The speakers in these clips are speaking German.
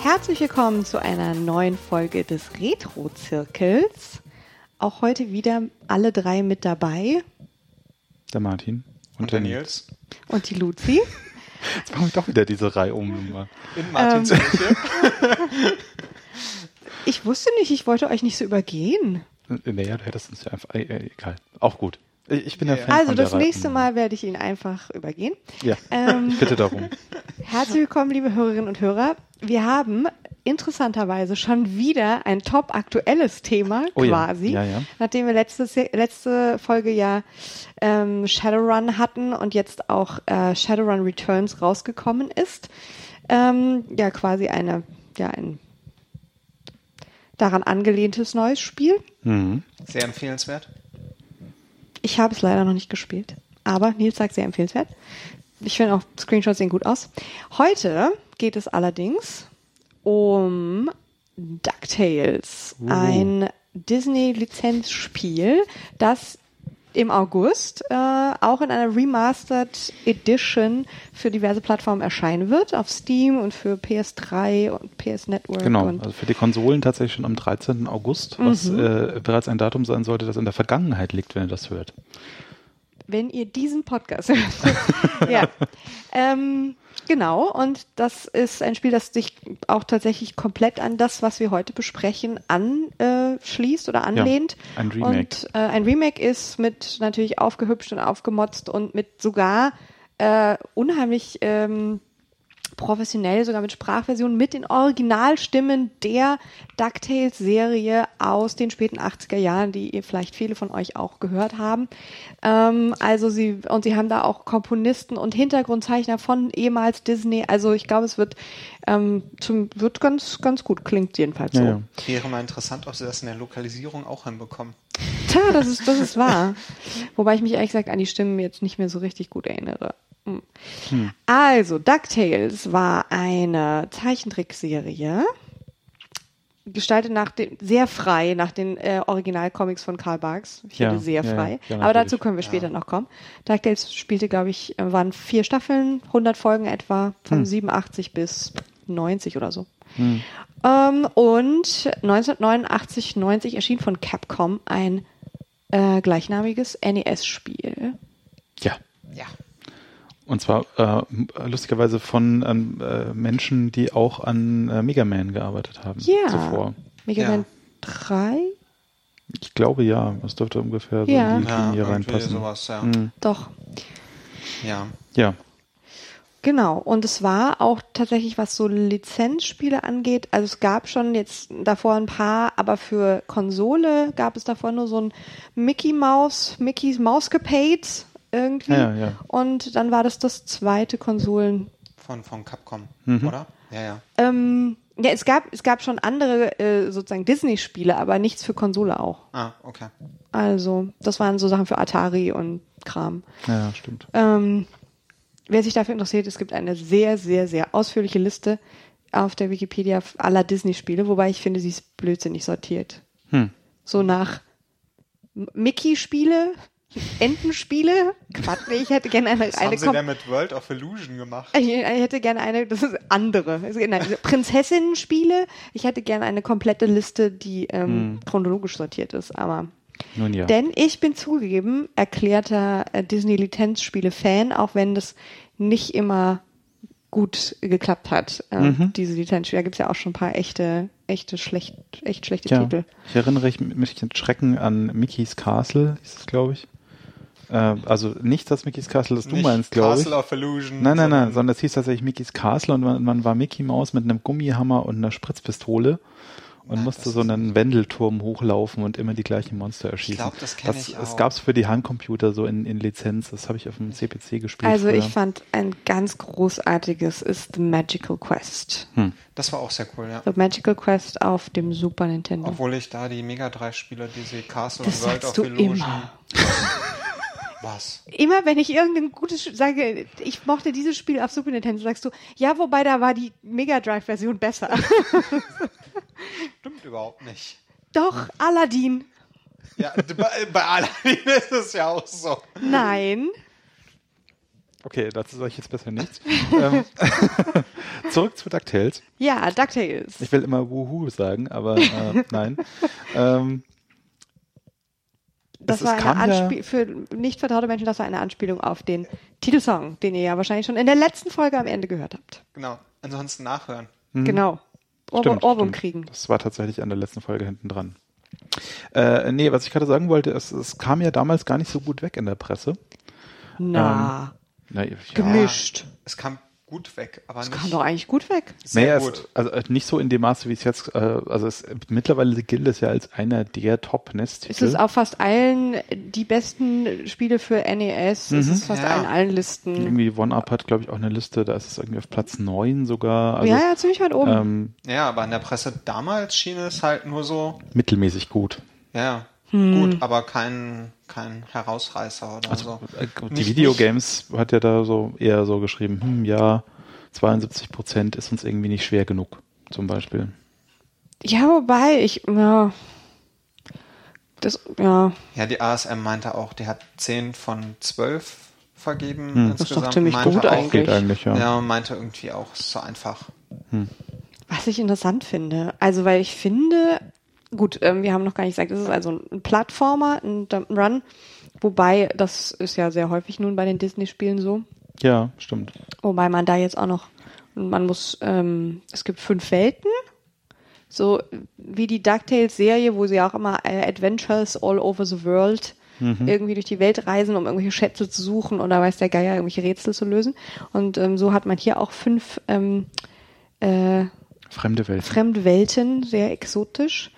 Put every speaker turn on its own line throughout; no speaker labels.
Herzlich willkommen zu einer neuen Folge des Retro-Zirkels. Auch heute wieder alle drei mit dabei.
Der Martin
und der Nils.
Und die Luzi.
Jetzt machen wir doch wieder diese Reihe um.
In Martins Küche.
Ich wusste nicht, ich wollte euch nicht so übergehen.
Naja, du hättest uns ja einfach... egal, auch gut. Ich bin der Fan
also
von der
das nächste Mal werde ich ihn einfach übergehen.
Ja, ich bitte darum.
Herzlich willkommen, liebe Hörerinnen und Hörer. Wir haben interessanterweise schon wieder ein top aktuelles Thema quasi,
ja. Ja.
Nachdem wir letzte Folge ja Shadowrun hatten und jetzt auch Shadowrun Returns rausgekommen ist. Quasi ein daran angelehntes neues Spiel.
Mhm.
Sehr empfehlenswert.
Ich habe es leider noch nicht gespielt, aber Nils sagt, sehr empfehlenswert. Ich finde auch, Screenshots sehen gut aus. Heute geht es allerdings um DuckTales, ein Disney-Lizenzspiel, das im August auch in einer Remastered Edition für diverse Plattformen erscheinen wird, auf Steam und für PS3 und PS Network.
Genau, also für die Konsolen tatsächlich schon am 13. August, was bereits ein Datum sein sollte, das in der Vergangenheit liegt, wenn ihr das hört.
Wenn ihr diesen Podcast hört. Ja. Genau, und das ist ein Spiel, das sich auch tatsächlich komplett an das, was wir heute besprechen, anschließt oder anlehnt.
Ja, ein Remake.
Und ein Remake ist mit natürlich aufgehübscht und aufgemotzt und mit sogar unheimlich professionell, sogar mit Sprachversionen, mit den Originalstimmen der DuckTales-Serie aus den späten 80er Jahren, die ihr vielleicht viele von euch auch gehört haben. Sie haben da auch Komponisten und Hintergrundzeichner von ehemals Disney. Also ich glaube, es wird ganz gut, klingt jedenfalls so.
Ja.
Wäre mal interessant, ob sie das in der Lokalisierung auch hinbekommen.
Tja, das ist wahr. Wobei ich mich ehrlich gesagt an die Stimmen jetzt nicht mehr so richtig gut erinnere. Also, DuckTales war eine Zeichentrickserie, gestaltet sehr frei nach den Originalcomics von Karl Barks. Sehr frei.
Ja,
aber dazu können wir später noch kommen. DuckTales spielte, glaube ich, waren 4 Staffeln, 100 Folgen etwa, von 87 bis 90 oder so. Und 1989, 90 erschien von Capcom ein gleichnamiges NES-Spiel.
Ja.
Ja.
Und zwar lustigerweise von Menschen, die auch an Mega Man gearbeitet haben zuvor.
Mega Man 3?
Ich glaube ja, das dürfte ungefähr so in die Linie reinpassen.
Sowas, ja.
Doch.
Ja.
Genau, und es war auch tatsächlich, was so Lizenzspiele angeht, also es gab schon jetzt davor ein paar, aber für Konsole gab es davor nur so ein Mickey's Mousecapade irgendwie.
Ja.
Und dann war das zweite Konsolen.
Von Capcom, oder? Ja.
Es gab schon andere sozusagen Disney-Spiele, aber nichts für Konsole auch.
Ah, okay.
Also, das waren so Sachen für Atari und Kram.
Ja, stimmt.
Wer sich dafür interessiert, es gibt eine sehr, sehr, sehr ausführliche Liste auf der Wikipedia aller Disney-Spiele, wobei ich finde, sie ist blödsinnig sortiert. So nach Mickey-Spiele, Entenspiele? Quatsch, ich hätte gerne eine...
Was haben sie denn mit World of Illusion gemacht?
Ich hätte gerne das ist andere. Prinzessinnen-Spiele. Ich hätte gerne eine komplette Liste, die chronologisch sortiert ist, aber...
Nun ja.
Denn ich bin zugegeben erklärter Disney-Lizenzspiele-Fan, auch wenn das nicht immer gut geklappt hat, diese Lizenzspiele. Da gibt es ja auch schon ein paar echt schlechte Titel.
Ich erinnere mich mit Schrecken an Mickey's Castle, ist es, glaube ich. Also nicht das Mickey's Castle, das du meinst, glaube ich.
Castle of Illusion.
Nein, sondern es hieß tatsächlich Mickey's Castle und man war Mickey Mouse mit einem Gummihammer und einer Spritzpistole. Und musste so einen Wendelturm hochlaufen und immer die gleichen Monster erschießen.
Ich glaube, das kenne ich auch.
Das gab es für die Heimcomputer so in Lizenz. Das habe ich auf dem CPC gespielt.
Also
früher.
ich fand ein ganz großartiges ist The Magical Quest.
Das war auch sehr cool, ja.
The Magical Quest auf dem Super Nintendo.
Obwohl ich da die Mega 3 Spiele, diese Castle
Das
und World
sagst
of
du
Illusion...
immer.
Was?
Immer wenn ich irgendein gutes sage, ich mochte dieses Spiel auf Super Nintendo, sagst du, ja, wobei da war die Mega Drive-Version besser.
Stimmt überhaupt nicht.
Doch, Aladdin.
Ja, bei Aladdin ist es ja auch so.
Nein.
Okay, dazu sage ich jetzt besser nichts. Zurück zu DuckTales.
Ja, DuckTales.
Ich will immer Wuhu sagen, aber nein.
Das war eine Anspielung, für nicht vertraute Menschen, das war eine Anspielung auf den Titelsong, den ihr ja wahrscheinlich schon in der letzten Folge am Ende gehört habt.
Genau. Ansonsten nachhören.
Genau. Ohrwurm kriegen.
Das war tatsächlich an der letzten Folge hinten dran. Nee, was ich gerade sagen wollte, es kam ja damals gar nicht so gut weg in der Presse.
Gemischt.
Es kam gut weg, aber
Das
nicht
kam doch eigentlich gut weg.
sehr
Naja,
gut.
also nicht so in dem Maße, wie es jetzt, mittlerweile gilt es ja als einer der Top-NES-Titel.
Es ist auf fast allen die besten Spiele für NES. Es ist fast
Ja.
in allen Listen.
Irgendwie One-Up hat, glaube ich, auch eine Liste, da ist es irgendwie auf Platz 9 sogar. Also,
ja, ziemlich weit oben.
Ja, aber in der Presse damals schien es halt nur so,
mittelmäßig gut.
ja, gut, aber kein Herausreißer oder so.
Die
Nicht-
Videogames hat ja da so eher so geschrieben, 72% ist uns irgendwie nicht schwer genug, zum Beispiel.
Ja, wobei ja,
die ASM meinte auch, die hat 10 von 12 vergeben insgesamt.
Das ist doch ziemlich
Meinte
gut
auch,
eigentlich.
Geht eigentlich, ja.
Ja, meinte irgendwie auch, es ist so einfach.
was ich interessant finde. Also, weil ich finde, gut, wir haben noch gar nicht gesagt, es ist also ein Plattformer, ein Jump'n'Run, wobei, das ist ja sehr häufig nun bei den Disney-Spielen so.
Ja, stimmt.
Wobei man da jetzt auch noch, man muss, es gibt 5 Welten, so wie die DuckTales-Serie, wo sie auch immer Adventures all over the world irgendwie durch die Welt reisen, um irgendwelche Schätze zu suchen oder weiß der Geier, irgendwelche Rätsel zu lösen. Und so hat man hier auch 5
Fremde Welt.
fremde Welten, sehr exotisch.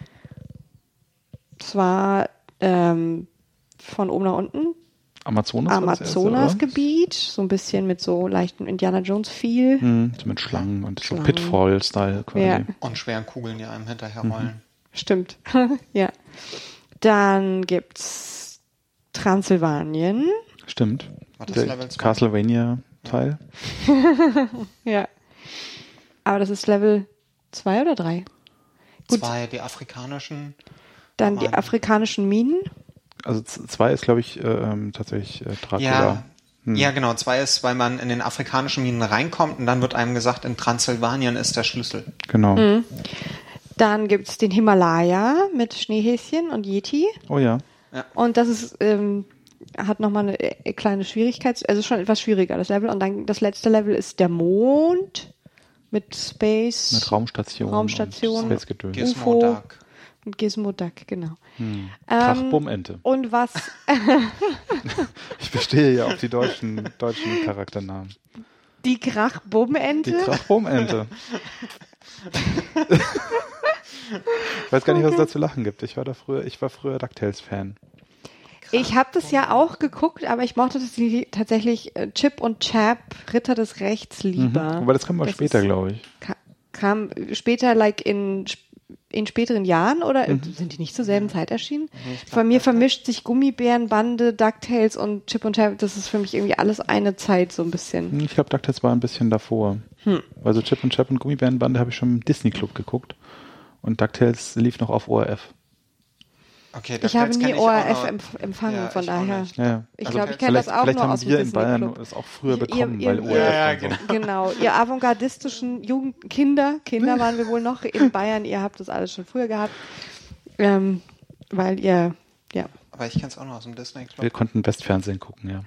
Zwar von oben nach unten.
Amazonas
Amazonasgebiet, so ein bisschen mit so leichtem Indiana Jones-Feel.
So mit Schlangen und
Schlangen.
so Pitfall-Style quasi.
Ja.
Und schweren Kugeln, die einem hinterherrollen.
Stimmt. Ja. Dann gibt's Transsilvanien.
Stimmt.
War das
Der
Level 2?
Castlevania-Teil.
Ja. Aber das ist Level 2 oder 3? Gut.
2, die afrikanischen.
Dann die afrikanischen Minen.
Also 2 ist, glaube ich, tatsächlich Dracula.
Ja, ja, genau. 2 ist, weil man in den afrikanischen Minen reinkommt und dann wird einem gesagt, in Transsilvanien ist der Schlüssel.
Genau.
Dann gibt's den Himalaya mit Schneehäschen und Yeti.
Oh ja.
Und das ist, hat nochmal eine kleine Schwierigkeit, also schon etwas schwieriger, das Level. Und dann das letzte Level ist der Mond mit Space.
Mit Raumstation.
Raumstation.
Und Space-Gedöns.
Gizmo
UFO.
Duck.
Und Gizmo Duck, genau.
Krachbumm-Ente.
Und was,
Ich bestehe ja auf die deutschen Charakternamen.
die Krachbumm-Ente?
Die Krachbumm-Ente. Ich weiß gar nicht, was es da zu lachen gibt. Ich war früher DuckTales-Fan.
Ich habe das ja auch geguckt, aber ich mochte das tatsächlich Chip und Chap, Ritter des Rechts lieber.
Aber das kam mal
Das
später,
ist-
glaube ich.
Kam später, like in späteren Jahren oder sind die nicht zur selben Zeit erschienen? Von mir vermischt sich Gummibärenbande, DuckTales und Chip und Chap. Das ist für mich irgendwie alles eine Zeit so ein bisschen.
Ich glaube, DuckTales war ein bisschen davor. Also Chip und Chap und Gummibärenbande habe ich schon im Disney Club geguckt. Und DuckTales lief noch auf ORF.
Okay,
Ich habe
DuckTales
nie
kenn ich auch
ORF
noch.
empfangen,
Ja,
von
ich auch
daher.
nicht.
Ja.
Ich glaube, ich kenne das auch
vielleicht
nur
haben
aus dem
wir in
Disney
Bayern
Club.
es auch früher
Ihr-
bekommen,
ihr-
weil
ihr-
ORF
ja,
und so.
genau.
Genau, ihr avantgardistischen Kinder waren wir wohl noch in Bayern, ihr habt das alles schon früher gehabt, weil ihr, ja.
Aber ich kenne es auch noch aus dem Disney Club.
Wir konnten Westfernsehen gucken, ja.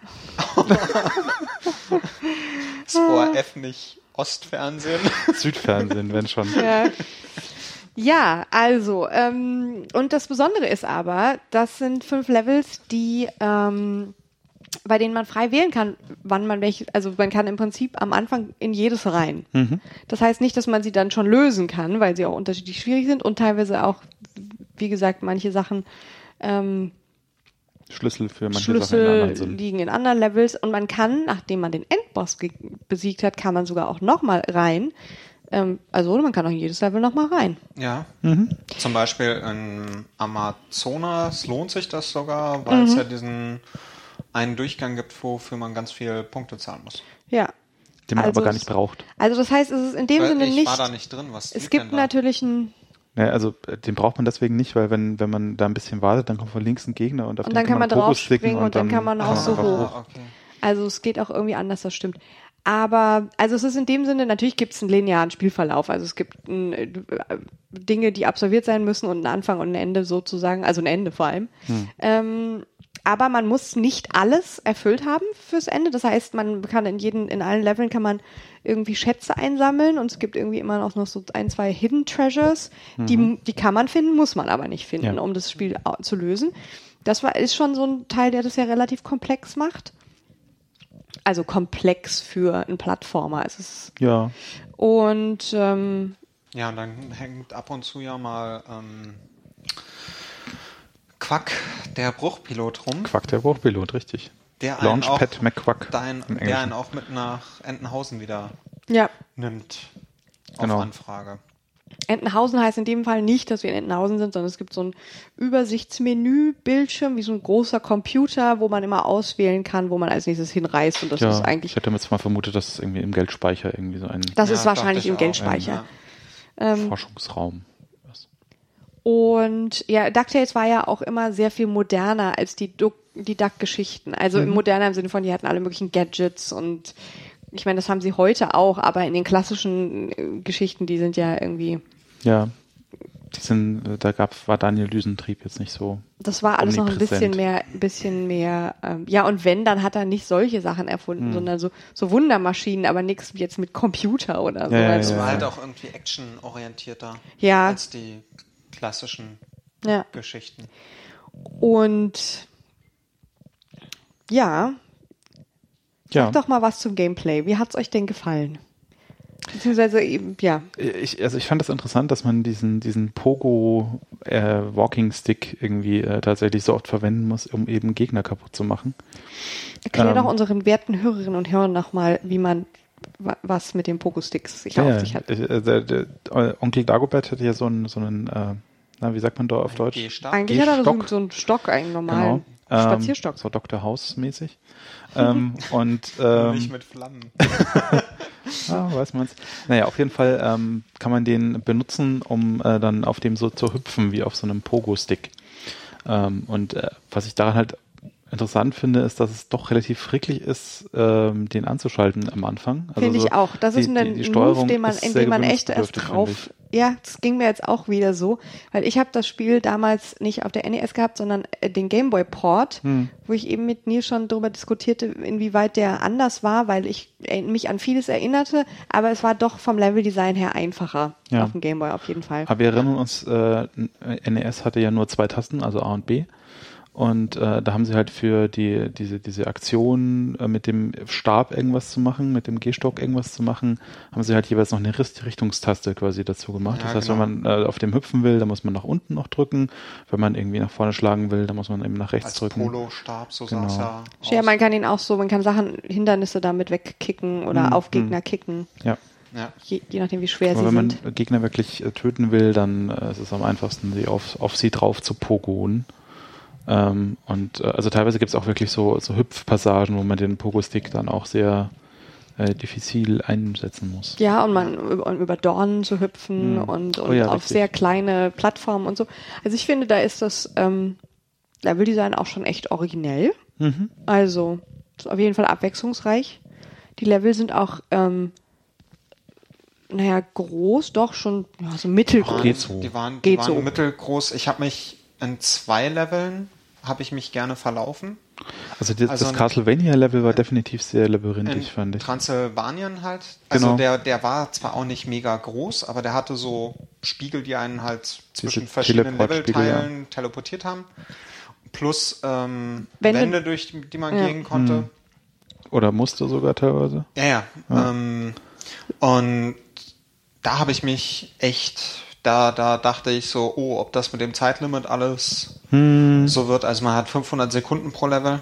Ist ORF nicht Ostfernsehen?
Südfernsehen, wenn schon.
Ja, also, und das Besondere ist aber, das sind 5 Levels, die, bei denen man frei wählen kann, wann man welche, also man kann im Prinzip am Anfang in jedes rein. Das heißt nicht, dass man sie dann schon lösen kann, weil sie auch unterschiedlich schwierig sind und teilweise auch, wie gesagt, manche Sachen,
Schlüssel für manche Sachen in
Schlüssel
anderen sind.
liegen in anderen Levels und man kann, nachdem man den Endboss besiegt hat, kann man sogar auch nochmal rein. Also man kann auch in jedes Level nochmal rein.
Ja. Zum Beispiel in Amazonas lohnt sich das sogar, weil es ja diesen einen Durchgang gibt, wofür man ganz viel Punkte zahlen muss.
Ja.
Den man
Also
aber gar
es-
nicht braucht.
Also das heißt, es ist in dem
Weil
Sinne
ich
nicht.
war da nicht drin. Was
Es
liegt
gibt
denn da?
natürlich ein.
Ja, also den braucht man deswegen nicht, weil wenn man da ein bisschen wartet, dann kommt von links ein Gegner und auf
Und
den
dann kann man
Turbo
draufspringen
klicken
und dann kann man auch so
einfach
hoch.
Ah, okay.
Also es geht auch irgendwie anders, das stimmt. Aber, also es ist in dem Sinne, natürlich gibt es einen linearen Spielverlauf. Also es gibt Dinge, die absolviert sein müssen und einen Anfang und ein Ende sozusagen, also ein Ende vor allem. Aber man muss nicht alles erfüllt haben fürs Ende. Das heißt, man kann in allen Leveln kann man irgendwie Schätze einsammeln und es gibt irgendwie immer noch so 1, 2 Hidden Treasures. Die kann man finden, muss man aber nicht finden, um das Spiel zu lösen. Ist schon so ein Teil, der das ja relativ komplex macht. Also komplex für einen Plattformer ist es.
Ja.
Und
ja, und dann hängt ab und zu ja mal Quack, der Bruchpilot rum.
Quack, der Bruchpilot, richtig.
Der einen
Launchpad McQuack.
der einen auch mit nach Entenhausen wieder nimmt. Auf Anfrage.
Entenhausen heißt in dem Fall nicht, dass wir in Entenhausen sind, sondern es gibt so ein Übersichtsmenü-Bildschirm, wie so ein großer Computer, wo man immer auswählen kann, wo man als nächstes hinreist. Und das ist eigentlich.
Ich hätte jetzt mal vermutet, dass es irgendwie im Geldspeicher irgendwie so ein.
Das ist wahrscheinlich im Geldspeicher.
Forschungsraum.
Und ja, DuckTales war ja auch immer sehr viel moderner als die Duck-Geschichten. Also im moderner im Sinne von, die hatten alle möglichen Gadgets und ich meine, das haben sie heute auch, aber in den klassischen Geschichten, die sind ja irgendwie.
Ja, war Daniel Düsentrieb jetzt nicht so.
Das war alles noch ein bisschen mehr. Ja, und wenn, dann hat er nicht solche Sachen erfunden, sondern so Wundermaschinen, aber nichts jetzt mit Computer oder so.
Ja, das war halt auch irgendwie actionorientierter als die klassischen Geschichten.
Und sag doch mal was zum Gameplay. Wie hat's euch denn gefallen? Beziehungsweise eben,
Ich fand das interessant, dass man diesen Pogo Walking Stick irgendwie tatsächlich so oft verwenden muss, um eben Gegner kaputt zu machen.
Erklär doch unseren werten Hörerinnen und Hörern nochmal, wie man was mit den Pogo-Sticks sich auf sich hat.
Der Onkel Dagobert hatte ja so einen wie sagt man da auf Deutsch?
Gehstock.
Eigentlich hat er so einen Stock, einen normalen Spazierstock.
So Dr. House-mäßig.
Nicht mit Flammen.
Weiß man's. Naja, auf jeden Fall kann man den benutzen, um dann auf dem so zu hüpfen, wie auf so einem Pogo-Stick. Was ich daran halt interessant finde, ist, dass es doch relativ fricklich ist, den anzuschalten am Anfang. Also
finde ich auch. Das ist ein Move, in dem man echt erst drauf. Ja, das ging mir jetzt auch wieder so, weil ich habe das Spiel damals nicht auf der NES gehabt, sondern den Gameboy Port, wo ich eben mit Nils schon darüber diskutierte, inwieweit der anders war, weil ich mich an vieles erinnerte, aber es war doch vom Leveldesign her einfacher auf dem Gameboy auf jeden Fall.
Aber wir erinnern uns, NES hatte ja nur 2 Tasten, also A und B. Und da haben sie halt für diese Aktion mit dem Stab irgendwas zu machen, mit dem Gehstock irgendwas zu machen, haben sie halt jeweils noch eine Richtungstaste quasi dazu gemacht. Ja, das heißt, wenn man auf dem hüpfen will, dann muss man nach unten noch drücken. Wenn man irgendwie nach vorne schlagen will, dann muss man eben nach rechts drücken.
Als Polostab, so sah es ja aus.
Ja, man kann ihn auch so, man kann Hindernisse damit wegkicken oder auf Gegner kicken.
Ja.
Je nachdem, wie schwer sie sind.
Wenn man Gegner wirklich töten will, dann ist es am einfachsten, sie auf sie drauf zu pogoen. Also teilweise gibt es auch wirklich so Hüpfpassagen, wo man den Pogo-Stick dann auch sehr diffizil einsetzen muss.
Ja, und über Dornen zu hüpfen und auf richtig. Sehr kleine Plattformen und so. Also ich finde, da ist das Leveldesign auch schon echt originell. Also ist auf jeden Fall abwechslungsreich. Die Level sind auch groß, doch schon so mittelgroß.
Die waren mittelgroß. Ich habe mich in 2 Leveln gerne verlaufen.
Also das Castlevania-Level war definitiv sehr labyrinthisch, fand ich.
Transsilvanien halt. Also der war zwar auch nicht mega groß, aber der hatte so Spiegel, die einen halt zwischen verschiedenen Levelteilen teleportiert haben. Plus Wände, durch die man gehen konnte.
Oder musste sogar teilweise.
Ja. Und da habe ich mich echt... Da dachte ich so, ob das mit dem Zeitlimit alles so wird. Also man hat 500 Sekunden pro Level.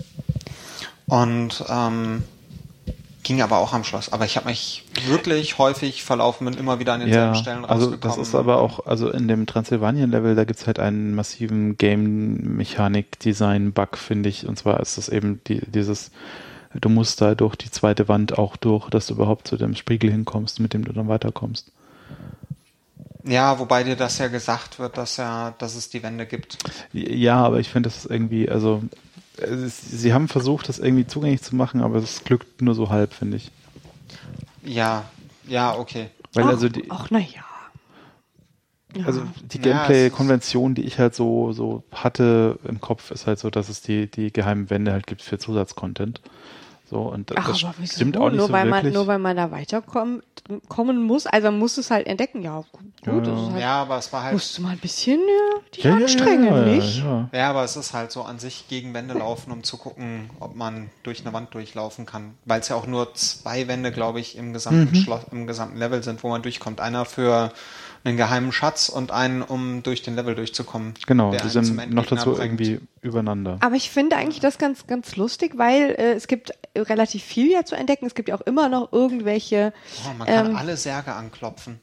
Und ging aber auch am Schluss. Aber ich habe mich wirklich häufig verlaufen, bin immer wieder an denselben Stellen rausgekommen.
Also das ist aber auch, in dem Transsilvanien-Level, da gibt's halt einen massiven Game-Mechanik-Design-Bug, finde ich. Und zwar ist das eben du musst da durch die zweite Wand auch durch, dass du überhaupt zu dem Spiegel hinkommst, mit dem du dann weiterkommst.
Ja, wobei dir das ja gesagt wird, dass es die Wände gibt.
Ja, aber ich finde, das ist irgendwie, sie haben versucht, das irgendwie zugänglich zu machen, aber es glückt nur so halb, finde ich.
Ja, okay.
Weil
naja.
Also die Gameplay-Konvention, die ich halt so hatte im Kopf, ist halt so, dass es die geheimen Wände halt gibt für Zusatzcontent. So, und das stimmt auch nicht so wirklich.
Nur weil man da weiterkommen muss, also man muss es halt entdecken. Ja, gut. Das ist halt,
aber es war halt...
Musst du mal ein bisschen dich anstrengen, nicht?
Ja, aber es ist halt so an sich gegen Wände laufen, um zu gucken, ob man durch eine Wand durchlaufen kann. Weil es ja auch nur 2 Wände, glaube ich, im gesamten Level sind, wo man durchkommt. Einer für einen geheimen Schatz und einen, um durch den Level durchzukommen.
Genau, die sind noch dazu irgendwie übereinander.
Aber ich finde eigentlich das ganz, ganz lustig, weil es gibt relativ viel ja zu entdecken. Es gibt ja auch immer noch irgendwelche...
man kann alle Särge anklopfen.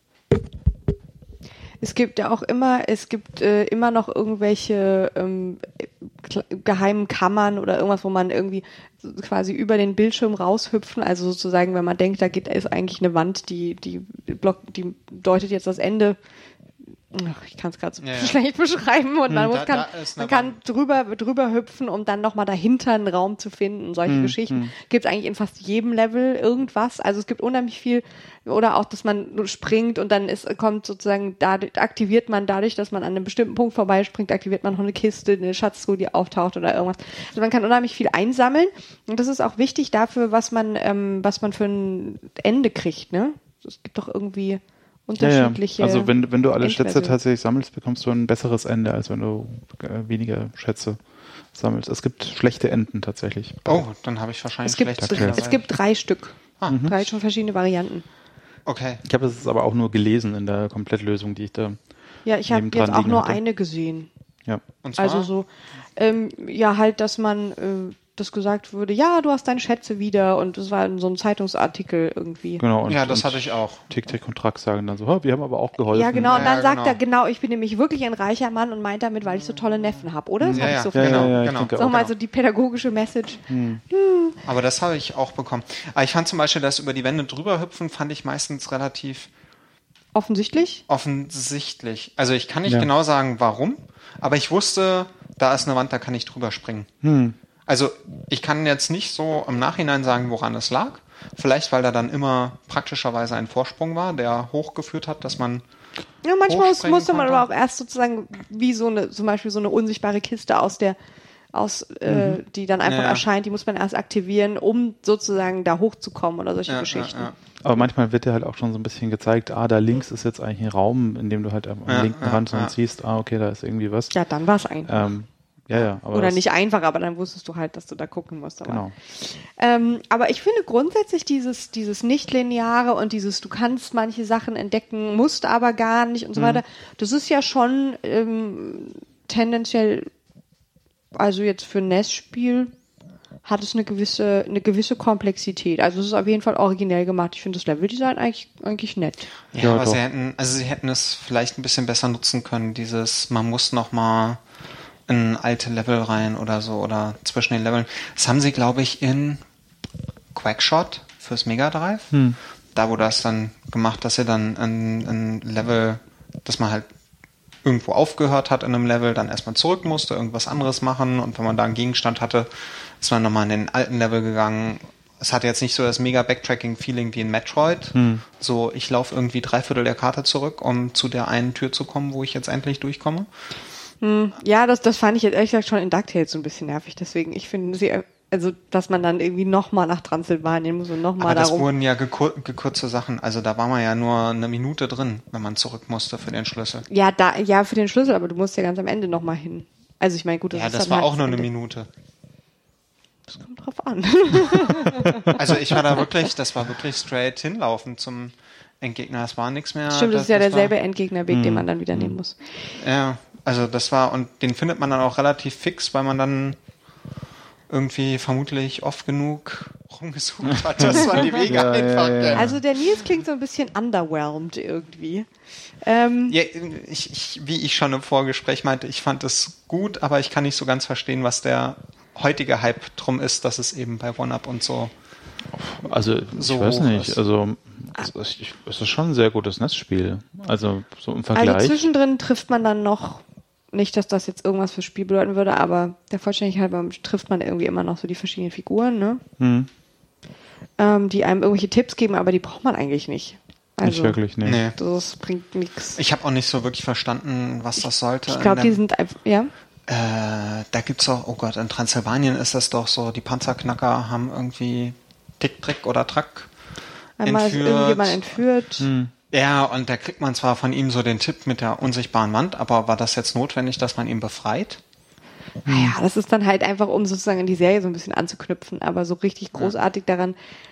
Es gibt ja auch immer noch irgendwelche geheimen Kammern oder irgendwas, wo man irgendwie quasi über den Bildschirm raushüpfen, also sozusagen, wenn man denkt, ist eigentlich eine Wand, die deutet jetzt das Ende. Ich kann es gerade so schlecht beschreiben und man kann drüber hüpfen, um dann nochmal dahinter einen Raum zu finden. Solche Geschichten gibt es eigentlich in fast jedem Level irgendwas. Also es gibt unheimlich viel, oder auch, dass man springt und dann kommt sozusagen, aktiviert man dadurch, dass man an einem bestimmten Punkt vorbeispringt, aktiviert man noch eine Kiste, eine Schatztruhe, die auftaucht oder irgendwas. Also man kann unheimlich viel einsammeln und das ist auch wichtig dafür, was man für ein Ende kriegt, ne? Es gibt doch irgendwie unterschiedliche.
Ja. Also wenn du alle Schätze tatsächlich sammelst, bekommst du ein besseres Ende, als wenn du weniger Schätze sammelst. Es gibt schlechte Enden tatsächlich.
Oh, dann habe ich wahrscheinlich
es gibt 3 Stück. 3 schon verschiedene Varianten.
Okay.
Ich habe es aber auch nur gelesen in der Komplettlösung, die ich da
Ja, ich habe jetzt auch nur eine gesehen.
Ja.
Und zwar?
Also so, halt, dass man das gesagt würde, ja, du hast deine Schätze wieder und das war so ein Zeitungsartikel irgendwie.
Genau.
Das hatte ich auch.
Tick und Track sagen dann so, wir haben aber auch geholfen.
Ja, genau. Und dann sagt er, ich bin nämlich wirklich ein reicher Mann und meint damit, weil ich so tolle Neffen habe, oder? Das habe ich so
genau.
Sag mal, so die pädagogische Message.
Aber das habe ich auch bekommen. Aber ich fand zum Beispiel, das über die Wände drüber hüpfen, fand ich meistens relativ
offensichtlich.
Also ich kann nicht genau sagen, warum, aber ich wusste, da ist eine Wand, da kann ich drüber springen. Also ich kann jetzt nicht so im Nachhinein sagen, woran es lag. Vielleicht, weil da dann immer praktischerweise ein Vorsprung war, der hochgeführt hat, dass man
manchmal musste man aber auch erst sozusagen wie zum Beispiel so eine unsichtbare Kiste die dann einfach erscheint, die muss man erst aktivieren, um sozusagen da hochzukommen oder solche Geschichten. Ja.
Aber manchmal wird dir halt auch schon so ein bisschen gezeigt, da links ist jetzt eigentlich ein Raum, in dem du halt am linken Rand siehst, okay, da ist irgendwie was.
Ja, dann war es einfach.
Aber
oder nicht einfach, aber dann wusstest du halt, dass du da gucken musst. Aber,
genau.
Aber ich finde grundsätzlich dieses Nicht-Lineare und dieses, du kannst manche Sachen entdecken, musst aber gar nicht und so weiter, das ist ja schon tendenziell, also jetzt für ein NES-Spiel hat es eine gewisse Komplexität. Also es ist auf jeden Fall originell gemacht. Ich finde das Leveldesign eigentlich nett.
Ja, aber sie hätten es vielleicht ein bisschen besser nutzen können, man muss noch mal in alte Level rein oder so oder zwischen den Leveln. Das haben sie, glaube ich, in Quackshot fürs Mega Drive. Da wurde das dann gemacht, dass sie dann ein Level, dass man halt irgendwo aufgehört hat in einem Level, dann erstmal zurück musste, irgendwas anderes machen und wenn man da einen Gegenstand hatte, ist man nochmal in den alten Level gegangen. Es hatte jetzt nicht so das mega Backtracking-Feeling wie in Metroid. So, ich laufe irgendwie 3/4 der Karte zurück, um zu der einen Tür zu kommen, wo ich jetzt endlich durchkomme.
Ja, das fand ich jetzt ehrlich gesagt schon in DuckTales so ein bisschen nervig. Deswegen, ich finde dass man dann irgendwie nochmal nach Transsilvanien muss und nochmal darum.
Aber das wurden ja gekürzte Sachen. Also da war man ja nur eine Minute drin, wenn man zurück musste für den Schlüssel.
Ja, für den Schlüssel, aber du musst ja ganz am Ende nochmal hin. Also ich meine, gut,
das war auch nur eine Minute.
Das kommt drauf an.
Also das war wirklich straight hinlaufen zum Endgegner. Das war nichts mehr.
Stimmt, das ist ja derselbe Endgegnerweg, den man dann wieder nehmen muss.
Ja, also und den findet man dann auch relativ fix, weil man dann irgendwie vermutlich oft genug rumgesucht hat, dass man die Wege einfach kennt.
Also der Nils klingt so ein bisschen underwhelmed irgendwie.
Wie ich schon im Vorgespräch meinte, ich fand es gut, aber ich kann nicht so ganz verstehen, was der heutige Hype drum ist, dass es eben bei One-Up und so.
Also ich weiß nicht, ist. Also es ist schon ein sehr gutes NES-Spiel. Also so im Vergleich.
Also zwischendrin trifft man dann noch nicht, dass das jetzt irgendwas fürs Spiel bedeuten würde, aber der Vollständigkeit halber trifft man irgendwie immer noch so die verschiedenen Figuren, ne? Die einem irgendwelche Tipps geben, aber die braucht man eigentlich nicht. Also,
nicht wirklich, nee.
Das bringt nichts.
Ich habe auch nicht so wirklich verstanden, was das sollte.
Ich glaube, die sind einfach, ja.
Da gibt's auch, oh Gott, in Transsilvanien ist das doch so, die Panzerknacker haben irgendwie Tick, Trick oder Track
einmal ist irgendjemand entführt.
Ja, und da kriegt man zwar von ihm so den Tipp mit der unsichtbaren Wand, aber war das jetzt notwendig, dass man ihn befreit?
Naja, das ist dann halt einfach, um sozusagen in die Serie so ein bisschen anzuknüpfen, aber so richtig großartig daran.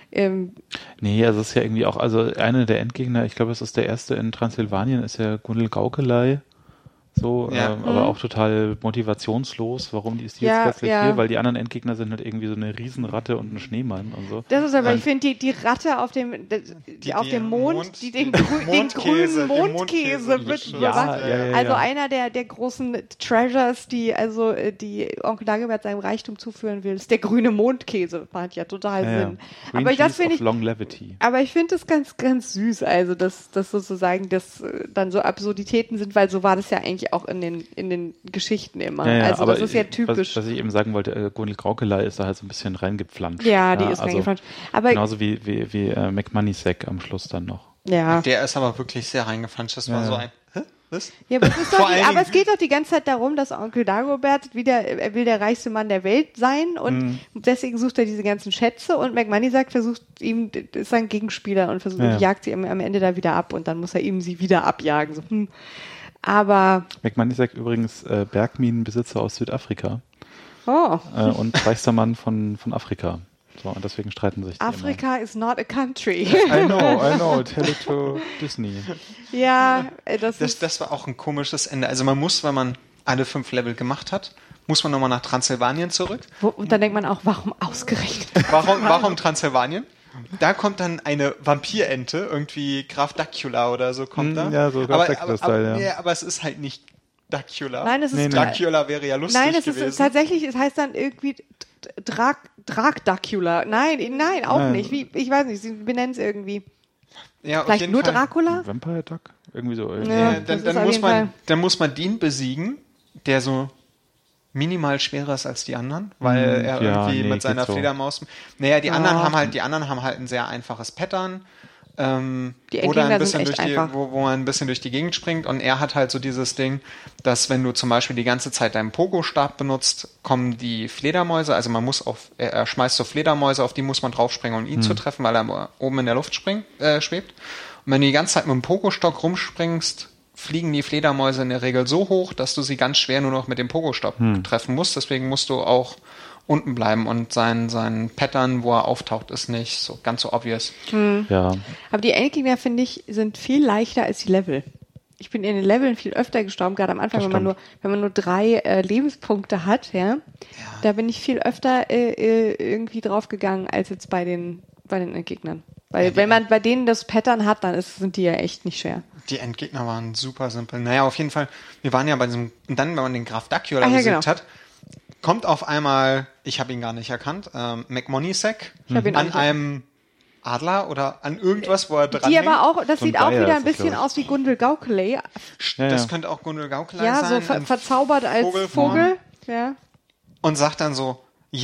Nee, also es ist ja irgendwie auch, also einer der Endgegner, ich glaube, es ist der erste in Transsilvanien, ist ja Gundel Gaukelei. So, aber auch total motivationslos. Warum ist die jetzt plötzlich hier? Weil die anderen Endgegner sind halt irgendwie so eine Riesenratte und ein Schneemann und so.
Das ist aber, ich finde, die Ratte auf dem Mond, die den grünen Mondkäse bewacht. Also einer der großen Treasures, die Onkel Dagobert seinem Reichtum zuführen will, ist der grüne Mondkäse. Macht ja total Sinn.
Aber das finde ich, Longevity.
Aber ich finde das ganz, ganz süß, also dass sozusagen das dann so Absurditäten sind, weil so war das ja eigentlich auch in den Geschichten immer. Also das ist ja typisch.
Was ich eben sagen wollte, Gundel Gaukelei ist da halt so ein bisschen reingepflanscht.
Ja, die ist reingepflanscht. Aber
genauso wie McMoneysack am Schluss dann noch.
Ja. Der ist aber wirklich sehr reingepflanscht. Das war so ein... Was?
Ja, aber es geht doch die ganze Zeit darum, dass Onkel Dagobert er will der reichste Mann der Welt sein und deswegen sucht er diese ganzen Schätze und McMoneysack ist sein Gegenspieler und jagt sie am Ende da wieder ab und dann muss er ihm sie wieder abjagen. So, Aber
McMoneysack übrigens Bergminenbesitzer aus Südafrika.
Oh.
Und reichster Mann von Afrika. So, und deswegen streiten sich die
Afrika is not a country.
I know. Tell it to Disney.
Ja,
das war auch ein komisches Ende. Also man muss, wenn man alle 5 Level gemacht hat, muss man nochmal nach Transsilvanien zurück.
Und dann denkt man auch, warum ausgerechnet?
Warum Transsilvanien? Da kommt dann eine Vampirente, irgendwie Graf Dracula oder so kommt da.
Ja, so Graf Dracula-Style,
ja. Aber es ist halt nicht Dracula.
Nein, es ist
Dracula wäre ja lustig gewesen.
Nein, es ist tatsächlich, es heißt dann irgendwie Dracula. Nein, auch nicht. Ich weiß nicht, sie benennen es irgendwie.
Ja,
vielleicht nur
Fall.
Dracula?
Vampire Duck? Irgendwie so.
Ja, dann muss man den besiegen, der so minimal schwerer ist als die anderen, weil er irgendwie mit seiner Fledermaus... Naja, die anderen haben halt ein sehr einfaches Pattern, wo man ein bisschen durch die Gegend springt und er hat halt so dieses Ding, dass wenn du zum Beispiel die ganze Zeit deinen Pogo-Stab benutzt, kommen die Fledermäuse, also er schmeißt so Fledermäuse, auf die muss man draufspringen, um ihn zu treffen, weil er oben in der Luft schwebt. Und wenn du die ganze Zeit mit dem Pogo-Stock rumspringst, fliegen die Fledermäuse in der Regel so hoch, dass du sie ganz schwer nur noch mit dem Pogo-Stab treffen musst. Deswegen musst du auch unten bleiben und sein Pattern, wo er auftaucht, ist nicht so ganz so obvious.
Ja.
Aber die Endgegner, finde ich, sind viel leichter als die Level. Ich bin in den Leveln viel öfter gestorben, gerade am Anfang, wenn man nur 3 Lebenspunkte hat, da bin ich viel öfter irgendwie draufgegangen als jetzt bei den Endgegnern. Weil wenn man bei denen das Pattern hat, dann sind die ja echt nicht schwer.
Die Endgegner waren super simpel. Naja, auf jeden Fall, wir waren ja bei diesem, und dann, wenn man den Graf Dracula besiegt hat, kommt auf einmal, ich habe ihn gar nicht erkannt, McMoneysack an einem Adler oder an irgendwas, wo er dran hängt.
Aber auch, das sieht auch wieder ein bisschen aus wie Gundel Gaukelei.
Das könnte auch Gundel Gaukelei sein.
Ja, so verzaubert als Vogel. Ja.
Und sagt dann so,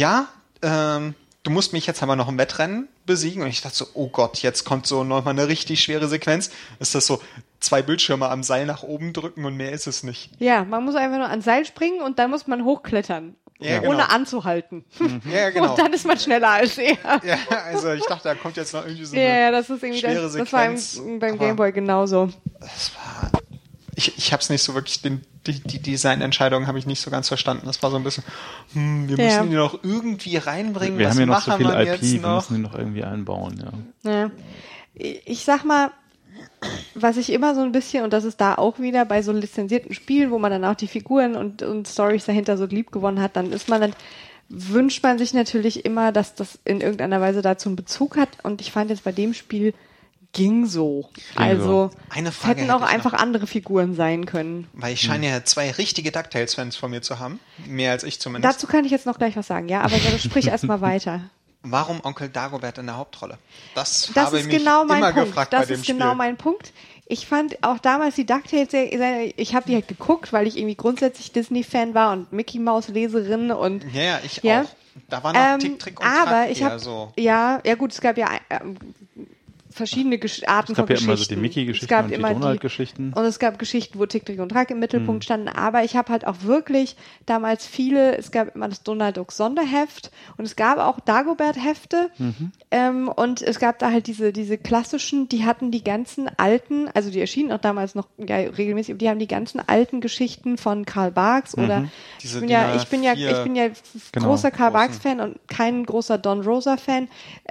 du musst mich jetzt aber noch im Wettrennen besiegen. Und ich dachte so, oh Gott, jetzt kommt so nochmal eine richtig schwere Sequenz. Ist das so 2 Bildschirme am Seil nach oben drücken und mehr ist es nicht.
Ja, man muss einfach nur ans Seil springen und dann muss man hochklettern.
Ja,
ohne anzuhalten.
Ja, genau.
Und dann ist man schneller als er.
Ja, also ich dachte, da kommt jetzt noch irgendwie so
eine das ist irgendwie
schwere Sequenz.
Das war beim Gameboy genauso.
Das war... Ich habe es nicht so wirklich, die Designentscheidung habe ich nicht so ganz verstanden. Das war so ein bisschen, wir müssen die noch irgendwie reinbringen.
Wir haben ja noch so viel IP, wir müssen die noch irgendwie einbauen.
Ja. Ich sag mal, was ich immer so ein bisschen, und das ist da auch wieder bei so lizenzierten Spielen, wo man dann auch die Figuren und Storys dahinter so lieb gewonnen hat, dann wünscht man sich natürlich immer, dass das in irgendeiner Weise dazu einen Bezug hat. Und ich fand jetzt bei dem Spiel ging so. Also es hätten auch einfach andere Figuren sein können.
Weil ich scheine ja 2 richtige DuckTales-Fans von mir zu haben. Mehr als ich zumindest.
Dazu kann ich jetzt noch gleich was sagen, ja, aber sprich erstmal weiter.
Warum Onkel Dagobert in der Hauptrolle? Das
habe ich mich immer gefragt bei dem Spiel. Das ist genau mein Punkt. ich fand auch damals die DuckTales, ich habe die halt geguckt, weil ich irgendwie grundsätzlich Disney-Fan war und Mickey-Maus-Leserin und
ja, ich auch. Da war noch Tick, Trick und Track
aber ich
eher
hab,
so.
Ja, gut, es gab ja verschiedene Arten von Geschichten. Es gab ja immer so
die Mickey-Geschichten und die Donald-Geschichten.
Und es gab Geschichten, wo Tick, Trick und Track im Mittelpunkt standen. Aber ich habe halt auch wirklich damals es gab immer das Donald Duck Sonderheft und es gab auch Dagobert-Hefte. Und es gab da halt diese klassischen, die hatten die ganzen alten, also die erschienen auch damals noch regelmäßig, die haben die ganzen alten Geschichten von Karl Barks oder ich bin ja großer Karl Barks-Fan und kein großer Don Rosa-Fan.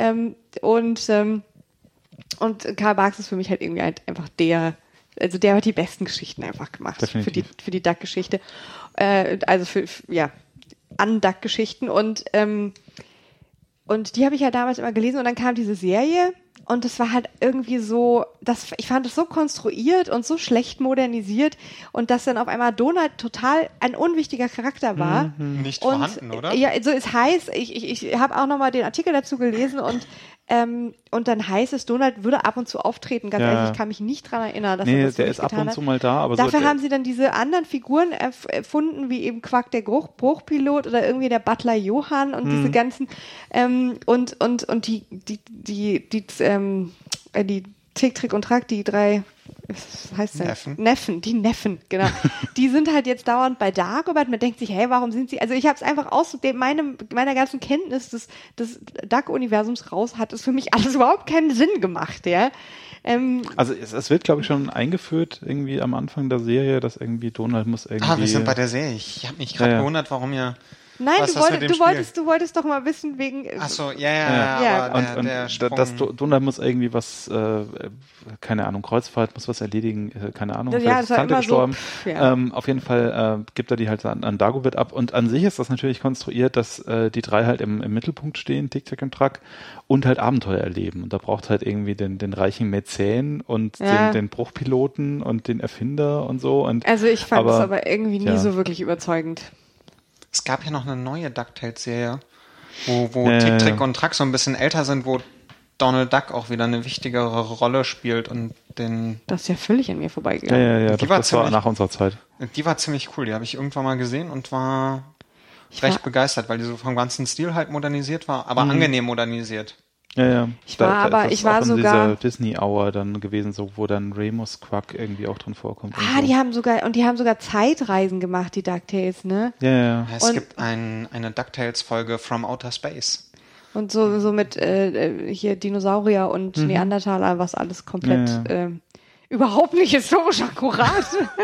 Und Karl Barks ist für mich halt irgendwie halt einfach der hat die besten Geschichten einfach gemacht.
Definitiv.
für die Duck-Geschichte. An-Duck-Geschichten und die habe ich ja damals immer gelesen und dann kam diese Serie und das war halt irgendwie so, ich fand das so konstruiert und so schlecht modernisiert und dass dann auf einmal Donald total ein unwichtiger Charakter war.
Nicht vorhanden, oder?
Ja, so es heißt, ich habe auch nochmal den Artikel dazu gelesen und dann heißt es, Donald würde ab und zu auftreten. Ganz ehrlich, ich kann mich nicht dran erinnern, dass er das
der ist ab und zu mal da. Aber
dafür haben sie dann diese anderen Figuren erfunden, wie eben Quack der Bruchpilot oder irgendwie der Butler Johann und diese ganzen und die Tick, Trick und Track, die drei, was heißt das? Die Neffen, genau. Die sind halt jetzt dauernd bei Dagobert. Man denkt sich, hey, warum sind sie, also ich habe es einfach aus meiner ganzen Kenntnis des Duck-Universums raus, hat es für mich alles überhaupt keinen Sinn gemacht, ja.
Also es wird, glaube ich, schon eingeführt irgendwie am Anfang der Serie, dass irgendwie Donald muss irgendwie...
wir sind bei der Serie. Ich habe mich gerade gewundert, warum ihr...
Nein, du wolltest doch mal wissen wegen...
Ach so, ja.
Und dass Donald muss irgendwie was, keine Ahnung, Kreuzfahrt muss was erledigen, keine Ahnung, vielleicht ist Tante gestorben. So, auf jeden Fall gibt er die halt an Dagobert ab und an sich ist das natürlich konstruiert, dass die drei halt im Mittelpunkt stehen, Tick, Tack und Track und halt Abenteuer erleben und da braucht halt irgendwie den reichen Mäzen und den Bruchpiloten und den Erfinder und so. Und
also ich fand es aber irgendwie nie so wirklich überzeugend.
Es gab ja noch eine neue DuckTales-Serie, wo Tick, Trick und Track so ein bisschen älter sind, wo Donald Duck auch wieder eine wichtigere Rolle spielt und
Das ist ja völlig an mir vorbeigegangen.
Ja, das war nach unserer Zeit.
Die war ziemlich cool, die habe ich irgendwann mal gesehen und war recht begeistert, weil die so vom ganzen Stil halt modernisiert war, aber angenehm modernisiert.
Ja.
Ich war sogar
in dieser Disney-Hour dann gewesen, so wo dann Remus Quack irgendwie auch drin vorkommt.
So. Die haben sogar Zeitreisen gemacht, die DuckTales, ne?
Ja.
Es gibt eine DuckTales-Folge From Outer Space.
Und so mit hier Dinosaurier und Neandertaler, was alles komplett überhaupt nicht historisch akkurat.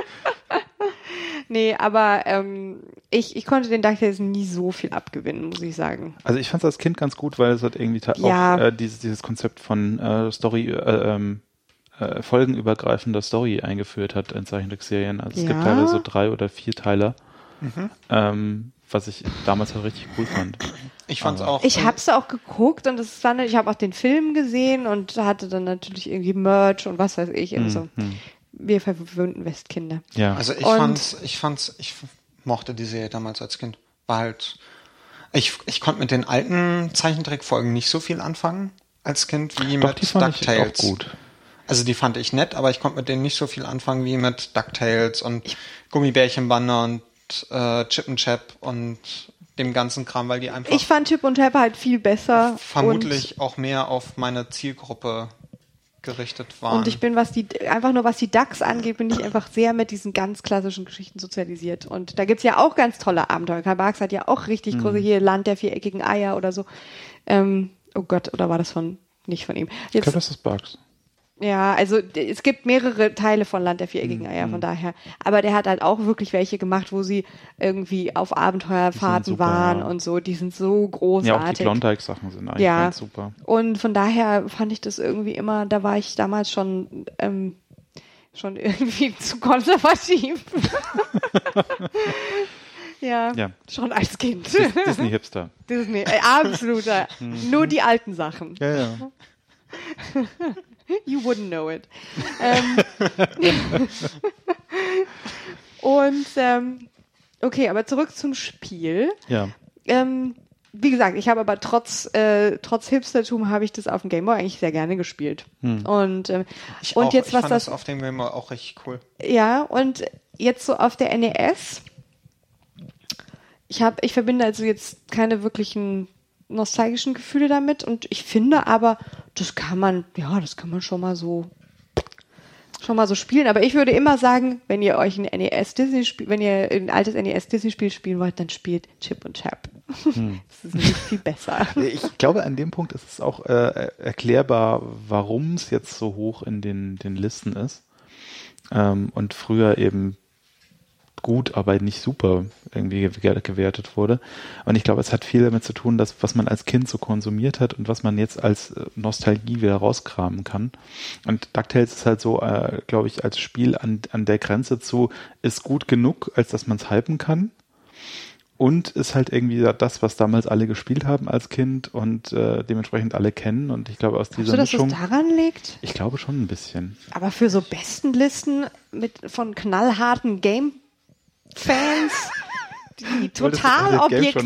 Nee, aber ich konnte den DuckTales nie so viel abgewinnen, muss ich sagen.
Also ich fand es als Kind ganz gut, weil es hat irgendwie auch dieses Konzept von Story, folgenübergreifender Story eingeführt hat in Zeichentrickserien. Also es gibt teilweise so 3 oder 4 Teiler, was ich damals halt richtig cool fand.
Ich fand's auch.
Ich hab's auch geguckt und ich habe auch den Film gesehen und hatte dann natürlich irgendwie Merch und was weiß ich. Also wir verwöhnten Westkinder.
Ja.
Also ich mochte die Serie damals als Kind. War halt, ich konnte mit den alten Zeichentrickfolgen nicht so viel anfangen als Kind wie mit
die fand
DuckTales.
Ich auch gut.
Also die fand ich nett, aber ich konnte mit denen nicht so viel anfangen wie mit DuckTales und Gummibärchenbande und Chip and Chap und dem ganzen Kram, weil die einfach...
Ich fand Chip und Chap halt viel besser.
Vermutlich auch mehr auf meine Zielgruppe gerichtet waren.
Und ich bin, was die Ducks angeht, bin ich einfach sehr mit diesen ganz klassischen Geschichten sozialisiert. Und da gibt's ja auch ganz tolle Abenteuer. Karl Barks hat ja auch richtig große, hier Land der viereckigen Eier oder so. Oh Gott, oder war das nicht von ihm?
Ich glaube, das ist Barks.
Ja, also es gibt mehrere Teile von Land der viereckigen Eier, von daher. Aber der hat halt auch wirklich welche gemacht, wo sie irgendwie auf Abenteuerfahrten waren und so. Die sind so großartig.
Ja, auch die Klondike-Sachen sind eigentlich ganz super.
Und von daher fand ich das irgendwie immer, da war ich damals schon irgendwie zu konservativ. Ja, schon als Kind.
Disney-Hipster.
Disney, absoluter. Nur die alten Sachen.
Ja.
You wouldn't know it. Und okay, aber zurück zum Spiel.
Ja.
wie gesagt, ich habe aber trotz Hipstertum habe ich das auf dem Gameboy eigentlich sehr gerne gespielt. Und
ich
und
auch.
jetzt
ich
was
fand das auf dem Gameboy auch richtig cool.
Ja, und jetzt so auf der NES. Ich verbinde also jetzt keine wirklichen nostalgischen Gefühle damit und ich finde aber, das kann man schon mal so spielen. Aber ich würde immer sagen, wenn ihr euch ein wenn ihr ein altes NES-Disney-Spiel spielen wollt, dann spielt Chip und Chap. Das ist nicht viel besser.
Ich glaube, an dem Punkt ist es auch erklärbar, warum es jetzt so hoch in den Listen ist. Und früher eben gut, aber nicht super irgendwie gewertet wurde. Und ich glaube, es hat viel damit zu tun, dass was man als Kind so konsumiert hat und was man jetzt als Nostalgie wieder rauskramen kann. Und DuckTales ist halt so, glaube ich, als Spiel an der Grenze zu, ist gut genug, als dass man es hypen kann. Und ist halt irgendwie das, was damals alle gespielt haben als Kind und dementsprechend alle kennen. Und ich glaube, aus dieser Mischung...
Dass es daran liegt?
Ich glaube schon ein bisschen.
Aber für so Bestenlisten von knallharten Game-Fans, die total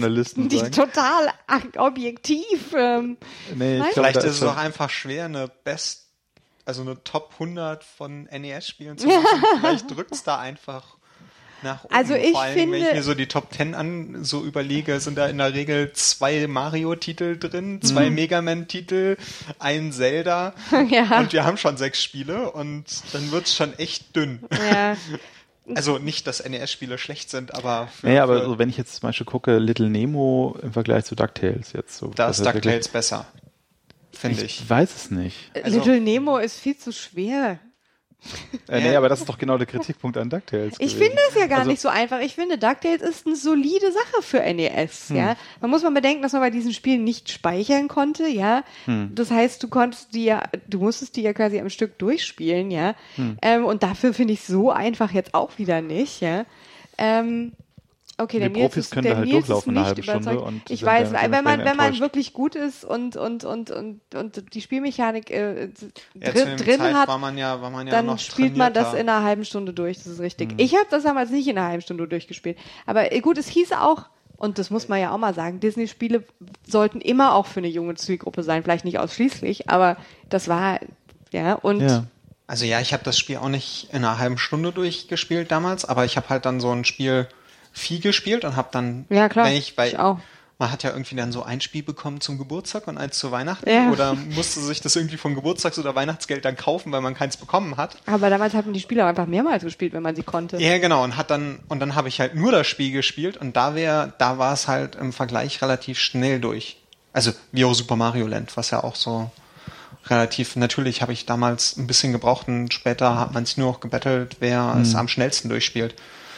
objektiv...
Vielleicht ist es auch einfach schwer, eine Top 100 von NES-Spielen zu machen. Vielleicht drückt es da einfach... nach oben.
Also ich
Vor allem,
finde,
wenn ich mir so die Top 10 so überlege, sind da in der Regel 2 Mario-Titel drin, 2 Mega Man-Titel, ein Zelda und wir haben schon 6 Spiele und dann wird's schon echt dünn.
Ja.
Also nicht, dass NES-Spiele schlecht sind, aber...
aber so, wenn ich jetzt zum Beispiel gucke, Little Nemo im Vergleich zu DuckTales jetzt so.
Da ist DuckTales besser, finde ich.
Ich weiß es nicht.
Little Nemo ist viel zu schwer.
Nee, aber das ist doch genau der Kritikpunkt an DuckTales.
Ich finde es ja gar nicht so einfach. Ich finde, DuckTales ist eine solide Sache für NES, ja. Man muss mal bedenken, dass man bei diesen Spielen nicht speichern konnte, ja. Das heißt, du musstest die ja quasi am Stück durchspielen, ja. Und dafür finde ich so einfach jetzt auch wieder nicht, ja. Okay,
die Profis können da halt durchlaufen eine halbe Stunde. Und
ich weiß, wenn man wirklich gut ist und die Spielmechanik drin hat,
war man ja
dann
noch
spielt man das in einer halben Stunde durch, das ist richtig. Ich habe das damals nicht in einer halben Stunde durchgespielt. Aber gut, es hieß auch, und das muss man ja auch mal sagen, Disney-Spiele sollten immer auch für eine junge Zielgruppe sein, vielleicht nicht ausschließlich, aber das war,
Also ich habe das Spiel auch nicht in einer halben Stunde durchgespielt damals, aber ich habe halt dann so ein Spiel viel gespielt und habe dann,
ich auch.
Man hat ja irgendwie dann so ein Spiel bekommen zum Geburtstag und eins zu Weihnachten oder musste sich das irgendwie von Geburtstags- oder Weihnachtsgeld dann kaufen, weil man keins bekommen hat.
Aber damals hatten die Spieler einfach mehrmals gespielt, wenn man sie konnte.
Ja, genau, und dann habe ich halt nur das Spiel gespielt und da war es halt im Vergleich relativ schnell durch. Also wie auch Super Mario Land, was ja auch so relativ, natürlich habe ich damals ein bisschen gebraucht und später hat man es nur noch gebettelt, wer es am schnellsten durchspielt.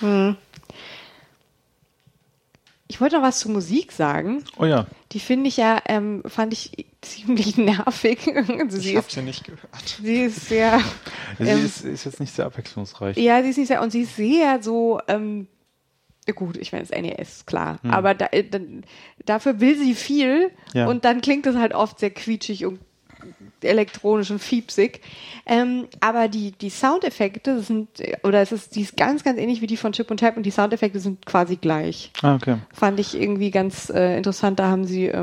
Ich wollte noch was zur Musik sagen.
Oh ja.
Die fand ich ziemlich nervig. Also
ich habe sie nicht gehört.
Sie ist sehr...
sie ist jetzt nicht sehr abwechslungsreich.
Ja, sie ist nicht sehr... Und sie ist sehr so... gut, ich meine, das NES, klar. Aber dafür will sie viel und dann klingt das halt oft sehr quietschig und elektronisch und fiepsig. Aber die Soundeffekte die ist ganz, ganz ähnlich wie die von Chip und Chap und die Soundeffekte sind quasi gleich.
Ah, okay.
Fand ich irgendwie ganz interessant. Da haben sie,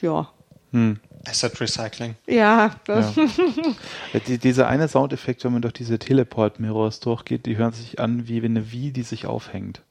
Asset Recycling.
Ja.
Dieser eine Soundeffekt, wenn man durch diese Teleport-Mirrors durchgeht, die hören sich an wie eine Wii, die sich aufhängt.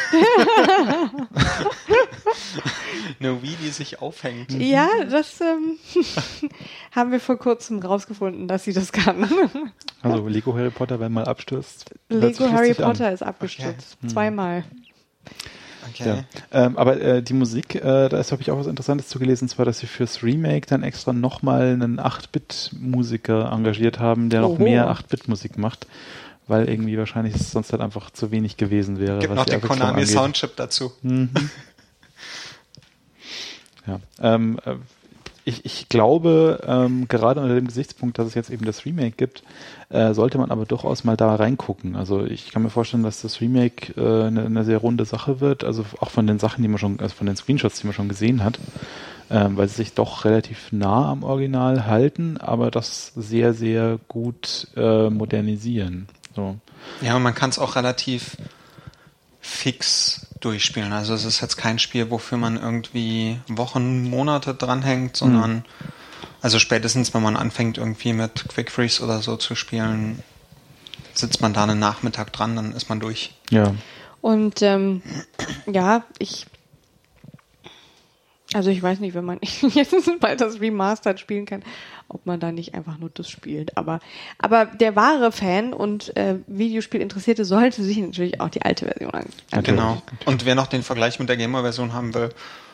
Eine Wii, die sich aufhängt.
Ja, das haben wir vor kurzem rausgefunden, dass sie das kann.
Also Lego Harry Potter, wenn mal abstürzt.
Lego Harry Potter ist abgestürzt. Okay. 2-mal.
Okay.
Ja. Aber die Musik, da habe ich auch was Interessantes zugelesen, zwar, dass sie fürs Remake dann extra nochmal einen 8-Bit-Musiker engagiert haben, der noch mehr 8-Bit-Musik macht. Weil irgendwie wahrscheinlich es sonst halt einfach zu wenig gewesen wäre.
Gibt noch den Konami Soundchip dazu.
Ja. Ich glaube, gerade unter dem Gesichtspunkt, dass es jetzt eben das Remake gibt, sollte man aber durchaus mal da reingucken. Also ich kann mir vorstellen, dass das Remake eine sehr runde Sache wird, also auch von den Sachen, von den Screenshots, die man schon gesehen hat, weil sie sich doch relativ nah am Original halten, aber das sehr, sehr gut modernisieren. So.
Ja, und man kann es auch relativ fix durchspielen. Also es ist jetzt kein Spiel, wofür man irgendwie Wochen, Monate dranhängt, sondern also spätestens, wenn man anfängt irgendwie mit Quick Freeze oder so zu spielen, sitzt man da einen Nachmittag dran, dann ist man durch.
Ja.
Und ich weiß nicht, wenn man jetzt bald das Remastered spielen kann, ob man da nicht einfach nur das spielt. Aber der wahre Fan und Videospiel-Interessierte sollte sich natürlich auch die alte Version anschauen.
Genau. Und wer noch den Vergleich mit der Gamer-Version haben will,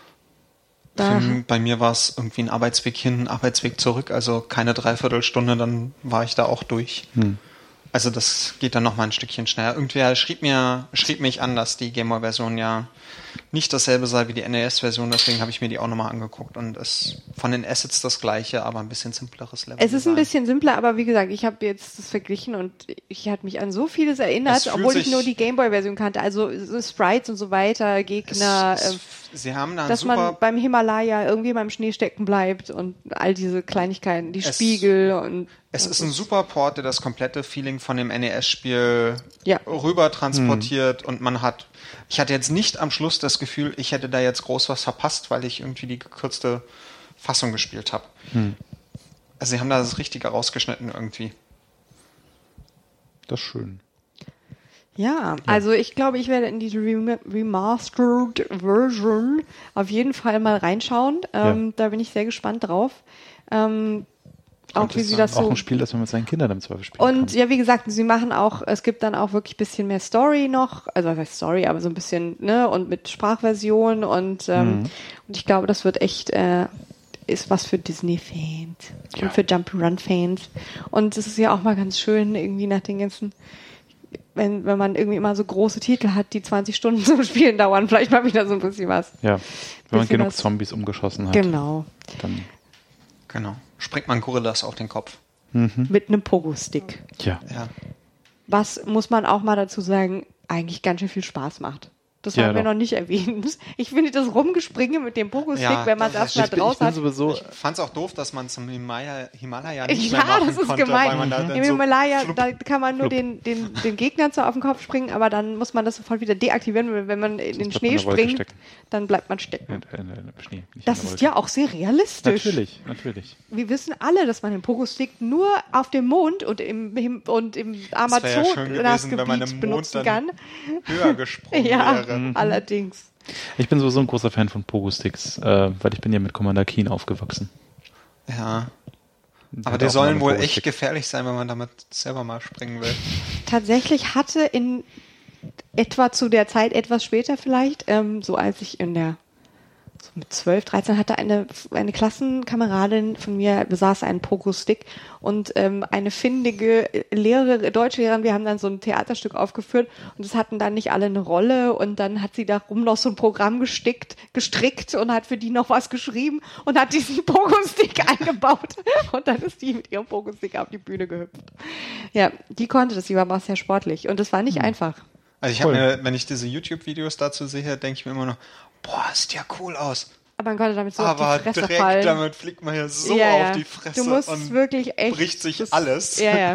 bei mir war es irgendwie ein Arbeitsweg hin, ein Arbeitsweg zurück, also keine Dreiviertelstunde, dann war ich da auch durch. Also das geht dann noch mal ein Stückchen schneller. Irgendwer schrieb mich an, dass die Game-Boy-Version ja nicht dasselbe sei wie die NES-Version, deswegen habe ich mir die auch nochmal angeguckt und es von den Assets das gleiche, aber ein bisschen simpleres Level.
Es ist ein bisschen simpler, aber wie gesagt, ich habe jetzt das verglichen und ich hatte mich an so vieles erinnert, obwohl ich nur die Gameboy-Version kannte, also Sprites und so weiter, Gegner,
Sie haben da
dass man beim Himalaya irgendwie beim Schnee stecken bleibt und all diese Kleinigkeiten, die Spiegel und
es ist ein super Port, der das komplette Feeling von dem NES-Spiel rüber transportiert und ich hatte jetzt nicht am Schluss das Gefühl, ich hätte da jetzt groß was verpasst, weil ich irgendwie die gekürzte Fassung gespielt habe. Also sie haben da das Richtige rausgeschnitten irgendwie.
Das ist schön.
Ja, also ich glaube, ich werde in diese Remastered Version auf jeden Fall mal reinschauen. Da bin ich sehr gespannt drauf. Auch wie sie das so.
Auch ein Spiel, das man mit seinen Kindern im Zweifel spielen kann.
Und ja, wie gesagt, sie machen auch, es gibt dann auch wirklich ein bisschen mehr Story noch, also was heißt Story, aber so ein bisschen, ne, und mit Sprachversion und ich glaube, das wird echt, ist was für Disney-Fans und für Jump'n'Run-Fans. Und es ist ja auch mal ganz schön, irgendwie nach den ganzen, wenn man irgendwie immer so große Titel hat, die 20 Stunden zum Spielen dauern, vielleicht mal wieder so ein bisschen was.
Ja, wenn man genug Zombies umgeschossen hat.
Genau.
Dann
genau. Springt man Gorillas auf den Kopf.
Mit einem Pogo-Stick.
Ja.
Was, muss man auch mal dazu sagen, eigentlich ganz schön viel Spaß macht. Das haben wir noch nicht erwähnt. Ich finde das Rumgespringe mit dem Pogo-Stick, wenn man das mal draus hat.
Ich fand es auch doof, dass man zum Himalaya nicht mehr machen
das ist
konnte.
Gemein.
Weil man da
im Himalaya, da kann man nur den Gegnern so auf den Kopf springen, aber dann muss man das sofort wieder deaktivieren. Wenn man in den Schnee springt, dann bleibt man stecken.
Schnee,
das ist ja auch sehr realistisch.
Natürlich.
Wir wissen alle, dass man den Pogo-Stick nur auf dem Mond und im Amazonasgebiet benutzen kann.
Höher gesprungen wäre.
Allerdings.
Ich bin sowieso ein großer Fan von Pogo-Sticks, weil ich bin ja mit Commander Keen aufgewachsen.
Ja. Aber die sollen wohl echt gefährlich sein, wenn man damit selber mal springen will.
Tatsächlich hatte in etwa zu der Zeit, etwas später vielleicht, so als ich mit 12, 13 hatte eine Klassenkameradin von mir, besaß einen Pogo-Stick und eine findige Deutschlehrerin, wir haben dann so ein Theaterstück aufgeführt und es hatten dann nicht alle eine Rolle und dann hat sie darum noch so ein Programm gestrickt und hat für die noch was geschrieben und hat diesen Pogo-Stick eingebaut und dann ist die mit ihrem Pogo-Stick auf die Bühne gehüpft. Ja, die konnte das, die war aber sehr sportlich und das war nicht einfach.
Also ich habe mir, wenn ich diese YouTube-Videos dazu sehe, denke ich mir immer noch, boah, sieht ja cool aus.
Aber man konnte damit so auf die Fresse fallen.
Aber damit fliegt man ja so auf die Fresse
du musst
und
wirklich echt,
bricht sich alles.
Ja.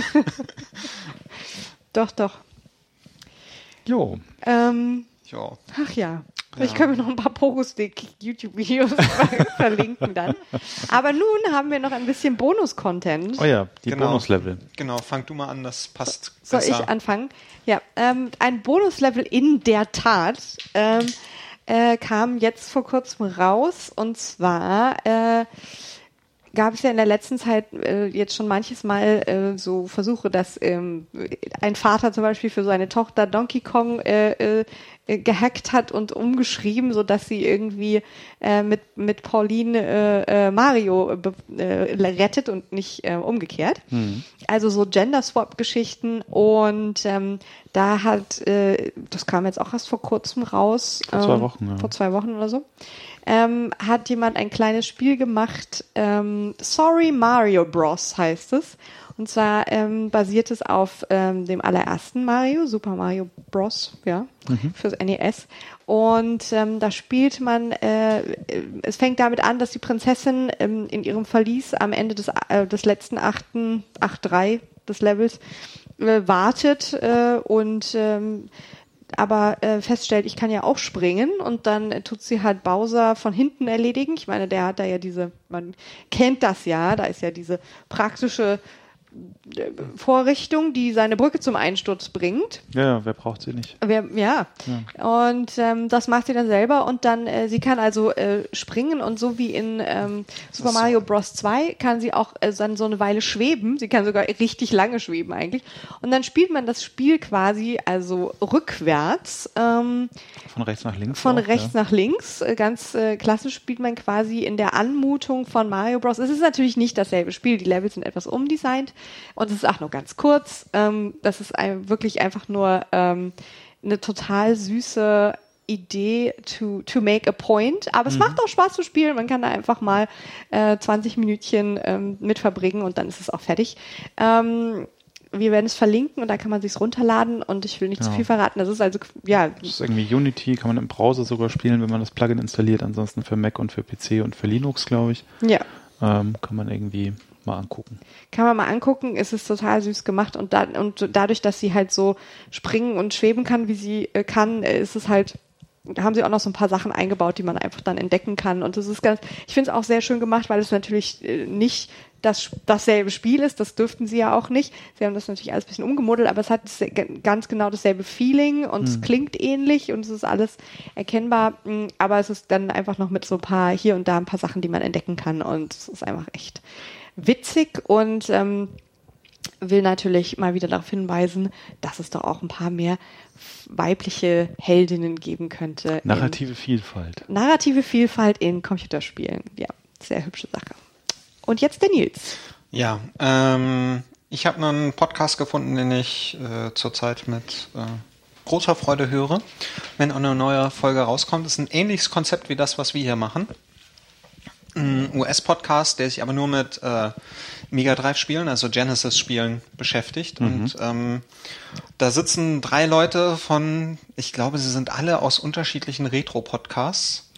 Doch.
Jo.
Ach ja. Ich kann mir noch ein paar Pogo-Stick-YouTube-Videos verlinken dann. Aber nun haben wir noch ein bisschen Bonus-Content.
Oh ja, Bonus-Level.
Genau, fang du mal an, das passt
besser. Soll ich anfangen? Ja, ein Bonus-Level in der Tat kam jetzt vor kurzem raus. Und zwar gab es ja in der letzten Zeit jetzt schon manches Mal so Versuche, dass ein Vater zum Beispiel für seine Tochter Donkey Kong gehackt hat und umgeschrieben, so dass sie irgendwie mit Pauline Mario rettet und nicht umgekehrt. Also so Gender-Swap-Geschichten und da hat, das kam jetzt auch erst vor kurzem raus.
Vor 2 Wochen. Ja.
Vor 2 Wochen oder so. Hat jemand ein kleines Spiel gemacht, Sorry Mario Bros. Heißt es. Und zwar basiert es auf dem allerersten Mario, Super Mario Bros., fürs NES. Und da spielt man, es fängt damit an, dass die Prinzessin in ihrem Verlies am Ende des letzten Akt 3 des Levels wartet und aber feststellt, ich kann ja auch springen und dann tut sie halt Bowser von hinten erledigen. Ich meine, der hat da ja man kennt das ja, da ist ja diese praktische Vorrichtung, die seine Brücke zum Einsturz bringt.
Ja, wer braucht sie nicht?
Ja. Und das macht sie dann selber und dann, sie kann also springen und so wie in Super Mario Bros. 2 kann sie auch dann so eine Weile schweben. Sie kann sogar richtig lange schweben eigentlich. Und dann spielt man das Spiel quasi also rückwärts.
Von rechts nach links?
Von rechts nach links. Ganz klassisch spielt man quasi in der Anmutung von Mario Bros. Es ist natürlich nicht dasselbe Spiel. Die Levels sind etwas umdesignt. Und es ist auch nur ganz kurz. Das ist wirklich einfach nur eine total süße Idee to make a point. Aber es macht auch Spaß zu spielen. Man kann da einfach mal 20 Minütchen mit verbringen und dann ist es auch fertig. Wir werden es verlinken und da kann man sich's runterladen und ich will nicht zu viel verraten. Das ist also, ja.
Das ist irgendwie Unity, kann man im Browser sogar spielen, wenn man das Plugin installiert. Ansonsten für Mac und für PC und für Linux, glaube ich.
Ja.
Kann man irgendwie mal angucken.
Kann man mal angucken, es ist total süß gemacht und dadurch, dass sie halt so springen und schweben kann, wie sie kann, ist es halt, da haben sie auch noch so ein paar Sachen eingebaut, die man einfach dann entdecken kann und das ist ich finde es auch sehr schön gemacht, weil es natürlich nicht dasselbe Spiel ist, das dürften sie ja auch nicht. Sie haben das natürlich alles ein bisschen umgemodelt, aber es hat ganz genau dasselbe Feeling und es klingt ähnlich und es ist alles erkennbar, aber es ist dann einfach noch mit so hier und da ein paar Sachen, die man entdecken kann und es ist einfach echt witzig und will natürlich mal wieder darauf hinweisen, dass es doch auch ein paar mehr weibliche Heldinnen geben könnte.
Narrative Vielfalt.
Narrative Vielfalt in Computerspielen. Ja, sehr hübsche Sache. Und jetzt der Nils.
Ja, ich habe einen Podcast gefunden, den ich zurzeit mit großer Freude höre, wenn eine neue Folge rauskommt. Das ist ein ähnliches Konzept wie das, was wir hier machen. Ein US-Podcast, der sich aber nur mit Mega Drive-Spielen, also Genesis-Spielen beschäftigt. Und da sitzen 3 Leute von, ich glaube, sie sind alle aus unterschiedlichen Retro-Podcasts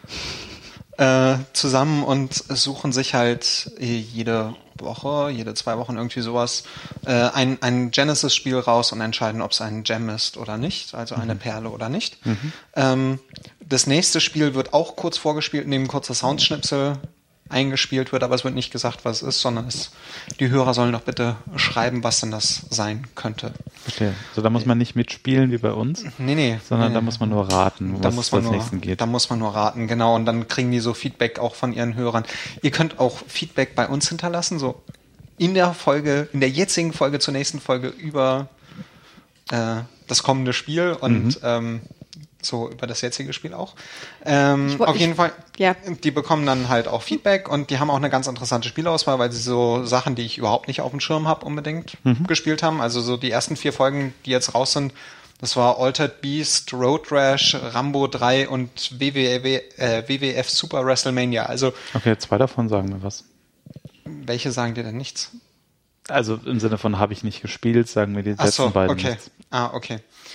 zusammen und suchen sich halt jede Woche, jede 2 Wochen irgendwie sowas, ein Genesis-Spiel raus und entscheiden, ob es ein Gem ist oder nicht, also eine Perle oder nicht. Das nächste Spiel wird auch kurz vorgespielt, neben kurzer Soundschnipsel eingespielt wird, aber es wird nicht gesagt, was es ist, sondern die Hörer sollen doch bitte schreiben, was denn das sein könnte.
Verstehe. Also da muss man nicht mitspielen wie bei uns, sondern da muss man nur raten, was als nächsten geht.
Da muss man nur raten, genau. Und dann kriegen die so Feedback auch von ihren Hörern. Ihr könnt auch Feedback bei uns hinterlassen, so in der jetzigen Folge zur nächsten Folge über das kommende Spiel und so über das jetzige Spiel auch. Auf jeden Fall, die bekommen dann halt auch Feedback und die haben auch eine ganz interessante Spielauswahl, weil sie so Sachen, die ich überhaupt nicht auf dem Schirm habe, unbedingt gespielt haben. Also so die ersten 4 Folgen, die jetzt raus sind, das war Altered Beast, Road Rash, Rambo 3 und WWF Super WrestleMania. Also,
okay, 2 davon sagen mir was.
Welche sagen dir denn nichts?
Also im Sinne von habe ich nicht gespielt, sagen mir die letzten beiden nichts.
Okay.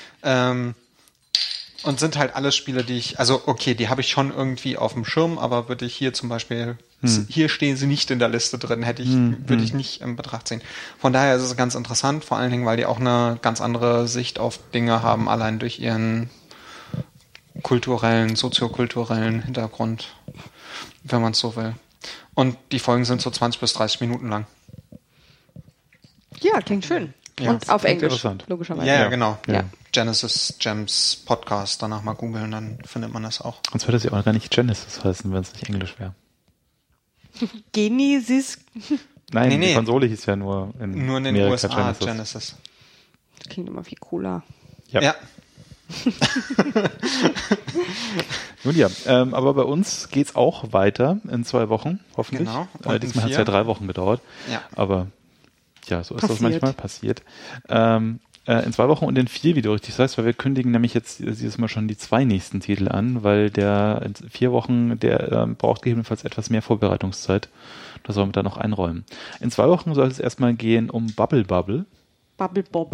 Und sind halt alles Spiele, die die habe ich schon irgendwie auf dem Schirm, aber würde ich hier zum Beispiel, hier stehen sie nicht in der Liste drin, würde ich nicht in Betracht ziehen. Von daher ist es ganz interessant, vor allen Dingen, weil die auch eine ganz andere Sicht auf Dinge haben, allein durch ihren soziokulturellen Hintergrund, wenn man es so will. Und die Folgen sind so 20 bis 30 Minuten lang.
Ja, klingt schön. Ja. Und auf Englisch, logischerweise.
Ja, genau. Ja. Genesis Gems Podcast, danach mal googeln, dann findet man das auch.
Sonst würde es ja auch gar nicht Genesis heißen, wenn es nicht Englisch wäre.
Genesis?
Nein, die Konsole hieß ja nur in
den USA Genesis.
Das klingt immer viel cooler.
Ja.
Nun ja, aber bei uns geht's auch weiter in 2 Wochen, hoffentlich.
Genau.
Diesmal hat es ja 3 Wochen gedauert.
Ja.
Aber ja, so ist das manchmal passiert. In 2 Wochen und in 4, wie du richtig sagst, weil wir kündigen nämlich jetzt dieses Mal schon die 2 nächsten Titel an, weil der in 4 Wochen, der braucht gegebenenfalls etwas mehr Vorbereitungszeit. Das sollen wir da noch einräumen. In 2 Wochen soll es erstmal gehen um Bubble Bobble.
Bob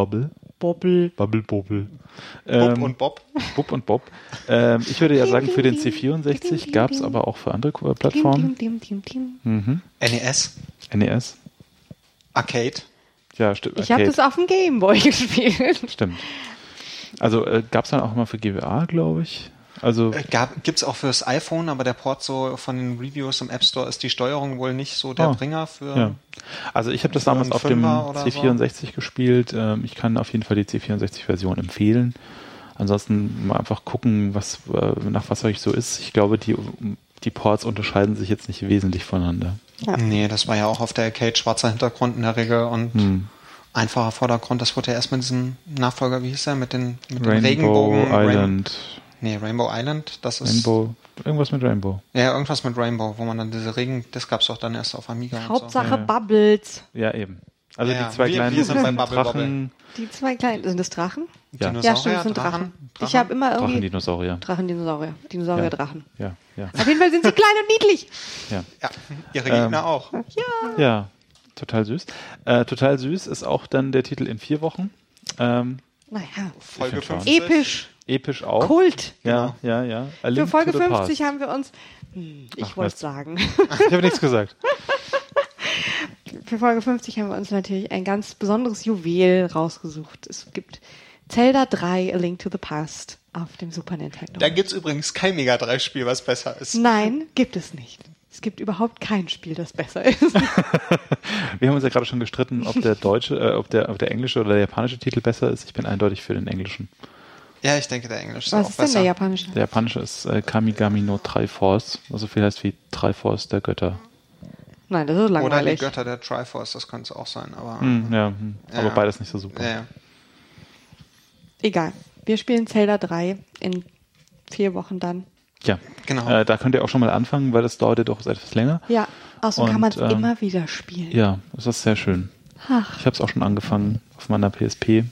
und Bob.
Bob und Bob. Ich würde ja sagen, für den C64 gab es aber auch für andere Plattformen. NES.
Arcade.
Ja, stimmt.
Ich habe das auf dem Gameboy gespielt.
Stimmt. Also gab es dann auch mal für GBA, glaube ich. Also
gibt's auch fürs iPhone, aber der Port so von den Reviews im App Store ist die Steuerung wohl nicht so der Bringer für.
Ja. Also ich habe das damals auf dem C64 gespielt. Ich kann auf jeden Fall die C64-Version empfehlen. Ansonsten mal einfach gucken, nach was euch so ist. Ich glaube, die Ports unterscheiden sich jetzt nicht wesentlich voneinander.
Ja. Nee, das war ja auch auf der Arcade schwarzer Hintergrund in der Regel und einfacher Vordergrund. Das wurde ja erst mit diesem Nachfolger, wie hieß der, mit den Regenbogen.
Island.
Rainbow Island, das ist...
Irgendwas mit Rainbow.
Ja, irgendwas mit Rainbow, wo man dann das gab's auch dann erst auf Amiga.
Hauptsache
und so.
Bubbles.
Ja, eben. Also die zwei kleinen
sind beim Drachen.
Die zwei kleinen, sind das Drachen?
Ja,
ja stimmt, sind Drachen. Ich habe immer irgendwie...
Drachendinosaurier.
Dinosaurier-Drachen.
Ja.
Auf jeden Fall sind sie klein und niedlich.
Ja,
ihre Gegner auch.
Ja, total süß. Total süß ist auch dann der Titel in 4 Wochen.
Folge 50.
Episch auch.
Kult.
Ja.
Für Folge 50 haben wir uns... Ich wollte sagen.
Ich habe nichts gesagt.
Für Folge 50 haben wir uns natürlich ein ganz besonderes Juwel rausgesucht. Es gibt Zelda 3 A Link to the Past auf dem Super Nintendo.
Da gibt's übrigens kein Mega 3-Spiel, was besser ist.
Nein, gibt es nicht. Es gibt überhaupt kein Spiel, das besser ist.
Wir haben uns ja gerade schon gestritten, ob der deutsche, ob der englische oder der japanische Titel besser ist. Ich bin eindeutig für den englischen.
Ja, ich denke, der englische ist
auch
besser.
Was ist denn der japanische?
Der japanische ist Kamigami no Triforce, was so viel heißt wie Triforce der Götter.
Nein, das ist langweilig.
Oder die Götter der Triforce, das könnte es auch sein. Aber,
aber beides nicht so super.
Ja.
Egal. Wir spielen Zelda 3 in 4 Wochen dann.
Ja,
genau.
Da könnt ihr auch schon mal anfangen, weil das dauert ja doch etwas länger.
Ja, außerdem kann man es immer wieder spielen.
Ja, das ist sehr schön.
Ach.
Ich habe es auch schon angenommen auf meiner PSP.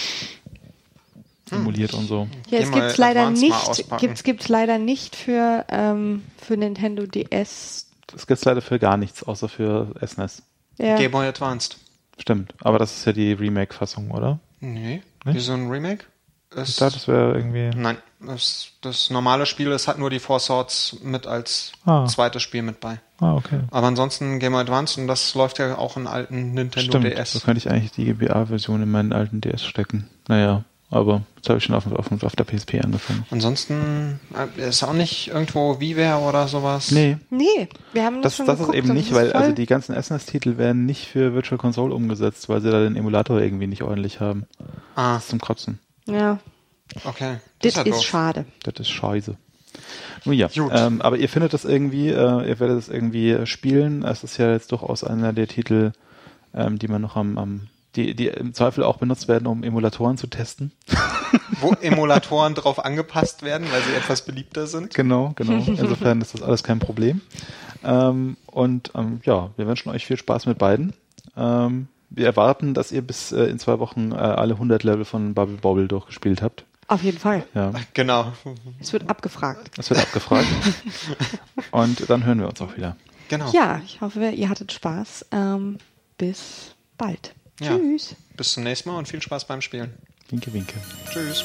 Simuliert und so.
Ja, es gibt's leider nicht für Nintendo DS.
Es gibt es leider für gar nichts, außer für SNES.
Ja.
Game Boy Advanced.
Stimmt, aber das ist ja die Remake-Fassung, oder?
Nee. Wieso ein Remake?
Ich dachte, das wäre irgendwie...
Nein, das normale Spiel, es hat nur die Four Swords mit als zweites Spiel mit bei.
Okay.
Aber ansonsten Game Boy Advance und das läuft ja auch in alten Nintendo DS.
So könnte ich eigentlich die GBA-Version in meinen alten DS stecken. Naja, aber jetzt habe ich schon auf der PSP angefangen.
Ansonsten ist auch nicht irgendwo ViiWare oder sowas?
Nee, wir haben das schon geguckt.
Das ist eben nicht, weil also die ganzen SNES-Titel werden nicht für Virtual Console umgesetzt, weil sie da den Emulator irgendwie nicht ordentlich haben. Das ist zum Kotzen.
Ja.
Okay.
Das ist schade.
Das ist scheiße. Nun ja, aber ihr findet das irgendwie, ihr werdet das irgendwie spielen. Es ist ja jetzt durchaus einer der Titel, die man noch die im Zweifel auch benutzt werden, um Emulatoren zu testen.
Wo Emulatoren drauf angepasst werden, weil sie etwas beliebter sind.
Genau. Insofern ist das alles kein Problem. Wir wünschen euch viel Spaß mit beiden. Wir erwarten, dass ihr bis in 2 Wochen alle 100 Level von Bubble Bobble durchgespielt habt.
Auf jeden Fall.
Ja.
Genau.
Es wird abgefragt.
Und dann hören wir uns auch wieder.
Genau.
Ja, ich hoffe, ihr hattet Spaß. Bis bald.
Ja.
Tschüss.
Bis zum nächsten Mal und viel Spaß beim Spielen.
Winke, winke.
Tschüss.